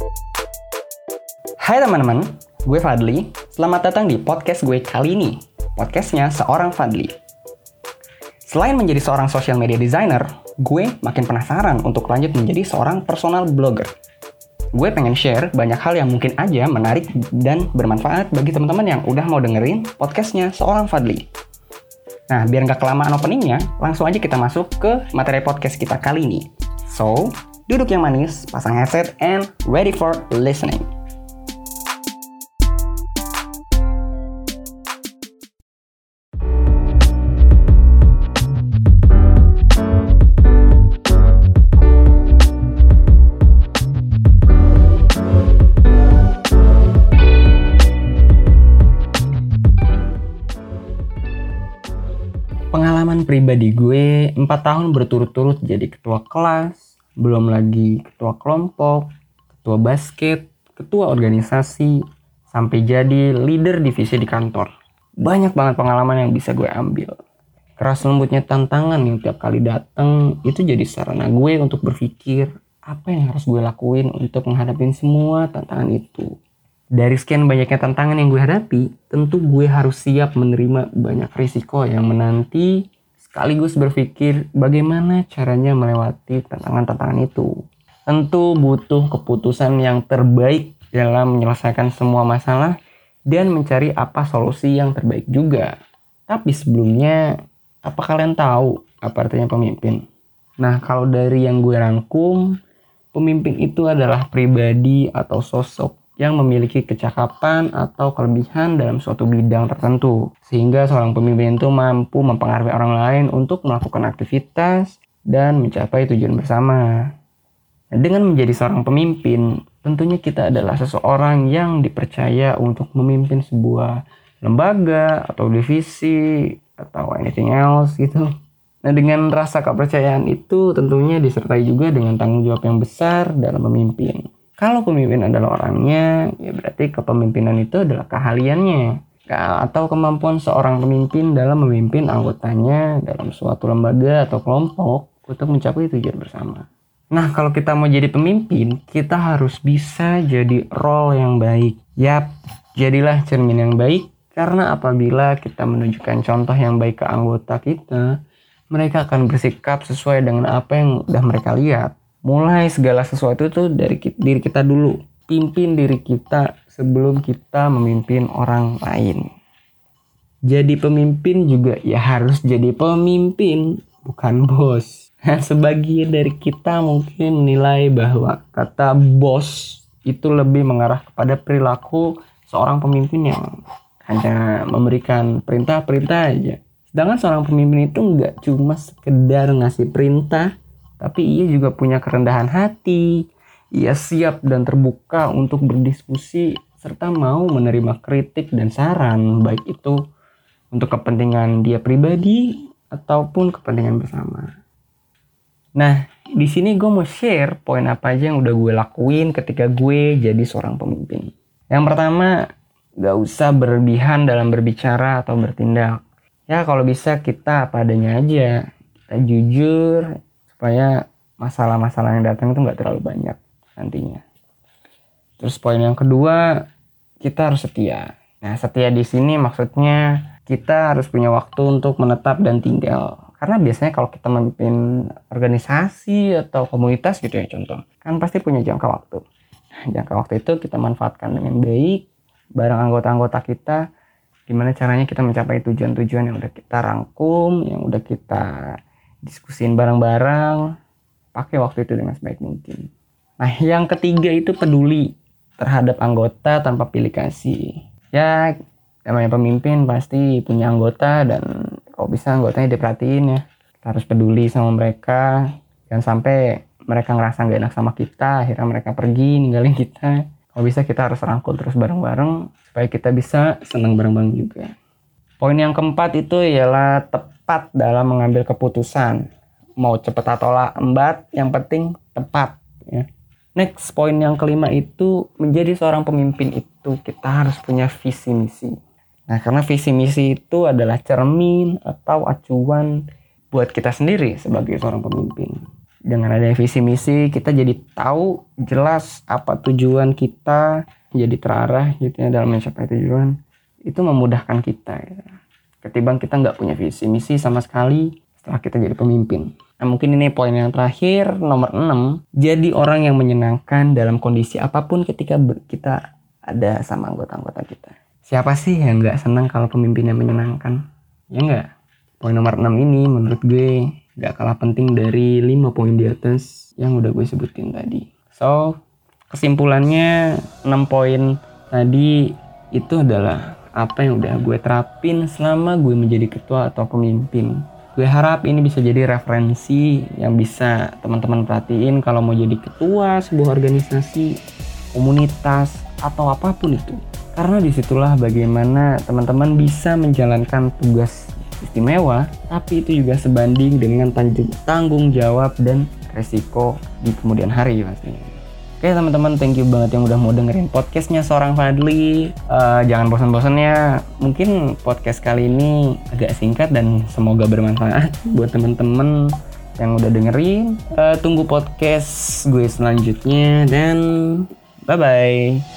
Hai teman-teman, gue Fadli. Selamat datang di podcast gue kali ini. Podcastnya seorang Fadli. Selain menjadi seorang social media designer, gue makin penasaran untuk lanjut menjadi seorang personal blogger. Gue pengen share banyak hal yang mungkin aja menarik dan bermanfaat bagi teman-teman yang udah mau dengerin podcastnya seorang Fadli. Nah, biar nggak kelamaan openingnya, langsung aja kita masuk ke materi podcast kita kali ini. So, duduk yang manis, pasang headset, and ready for listening. Pengalaman pribadi gue 4 tahun berturut-turut jadi ketua kelas, belum lagi ketua kelompok, ketua basket, ketua organisasi, sampai jadi leader divisi di kantor. Banyak banget pengalaman yang bisa gue ambil. Keras lembutnya tantangan yang tiap kali datang itu jadi sarana gue untuk berpikir apa yang harus gue lakuin untuk menghadapi semua tantangan itu. Dari sekian banyaknya tantangan yang gue hadapi, tentu gue harus siap menerima banyak risiko yang menanti, sekaligus berpikir bagaimana caranya melewati tantangan-tantangan itu. Tentu butuh keputusan yang terbaik dalam menyelesaikan semua masalah dan mencari apa solusi yang terbaik juga. Tapi sebelumnya, apa kalian tahu apa artinya pemimpin? Nah, kalau dari yang gue rangkum, pemimpin itu adalah pribadi atau sosok yang memiliki kecakapan atau kelebihan dalam suatu bidang tertentu. Sehingga seorang pemimpin itu mampu mempengaruhi orang lain untuk melakukan aktivitas dan mencapai tujuan bersama. Nah, dengan menjadi seorang pemimpin, tentunya kita adalah seseorang yang dipercaya untuk memimpin sebuah lembaga atau divisi atau anything else gitu. Nah, dengan rasa kepercayaan itu tentunya disertai juga dengan tanggung jawab yang besar dalam memimpin. Kalau pemimpin adalah orangnya, ya berarti kepemimpinan itu adalah keahliannya atau kemampuan seorang pemimpin dalam memimpin anggotanya dalam suatu lembaga atau kelompok untuk mencapai tujuan bersama. Nah, kalau kita mau jadi pemimpin, kita harus bisa jadi role yang baik. Yap, jadilah cermin yang baik, karena apabila kita menunjukkan contoh yang baik ke anggota kita, mereka akan bersikap sesuai dengan apa yang udah mereka lihat. Mulai segala sesuatu itu dari diri kita dulu. Pimpin diri kita sebelum kita memimpin orang lain. Jadi pemimpin juga ya harus jadi pemimpin, bukan bos. Sebagian dari kita mungkin menilai bahwa kata bos itu lebih mengarah kepada perilaku seorang pemimpin yang hanya memberikan perintah-perintah aja. Sedangkan seorang pemimpin itu nggak cuma sekedar ngasih perintah, tapi ia juga punya kerendahan hati. Ia siap dan terbuka untuk berdiskusi serta mau menerima kritik dan saran, baik itu untuk kepentingan dia pribadi ataupun kepentingan bersama. Nah, di sini gue mau share poin apa aja yang udah gue lakuin ketika gue jadi seorang pemimpin. Yang pertama, gak usah berlebihan dalam berbicara atau bertindak. Ya, kalau bisa kita apa adanya aja. Kita jujur, supaya masalah-masalah yang datang itu nggak terlalu banyak nantinya. Terus poin yang kedua, kita harus setia. Nah, setia di sini maksudnya kita harus punya waktu untuk menetap dan tinggal. Karena biasanya kalau kita memimpin organisasi atau komunitas gitu ya contoh, kan pasti punya jangka waktu. Jangka waktu itu kita manfaatkan dengan baik bareng anggota-anggota kita. Gimana caranya kita mencapai tujuan-tujuan yang udah kita rangkum, yang udah kita diskusiin bareng-bareng, pakai waktu itu dengan sebaik mungkin. Nah, yang ketiga itu peduli terhadap anggota tanpa pilih kasih. Ya, namanya pemimpin pasti punya anggota dan kalau bisa anggotanya diperhatiin ya. Kita harus peduli sama mereka, jangan sampai mereka ngerasa gak enak sama kita, akhirnya mereka pergi ninggalin kita. Kalau bisa kita harus rangkul terus bareng-bareng supaya kita bisa senang bareng-bareng juga. Poin yang keempat itu ialah tepat dalam mengambil keputusan. Mau cepat atau lambat, yang penting tepat. Ya. Next, poin yang kelima itu menjadi seorang pemimpin itu kita harus punya visi misi. Nah, karena visi misi itu adalah cermin atau acuan buat kita sendiri sebagai seorang pemimpin. Dengan ada visi misi kita jadi tahu jelas apa tujuan kita, jadi terarah gitu ya dalam mencapai tujuan. Itu memudahkan kita gitu. Ketimbang kita nggak punya visi misi sama sekali setelah kita jadi pemimpin. Nah, mungkin ini poin yang terakhir, nomor 6. Jadi orang yang menyenangkan dalam kondisi apapun ketika kita ada sama anggota-anggota kita. Siapa sih yang nggak senang kalau pemimpinnya menyenangkan? Ya nggak? Poin nomor 6 ini menurut gue gak kalah penting dari 5 poin di atas yang udah gue sebutin tadi. So, kesimpulannya 6 poin tadi itu adalah apa yang udah gue terapin selama gue menjadi ketua atau pemimpin. Gue harap ini bisa jadi referensi yang bisa teman-teman perhatiin kalau mau jadi ketua sebuah organisasi, komunitas, atau apapun itu. Karena disitulah bagaimana teman-teman bisa menjalankan tugas istimewa, tapi itu juga sebanding dengan tanggung jawab dan resiko di kemudian hari pastinya. Oke teman-teman, thank you banget yang udah mau dengerin podcastnya Seorang Fadli. Jangan bosan-bosannya, mungkin podcast kali ini agak singkat dan semoga bermanfaat buat teman-teman yang udah dengerin. Tunggu podcast gue selanjutnya dan bye-bye.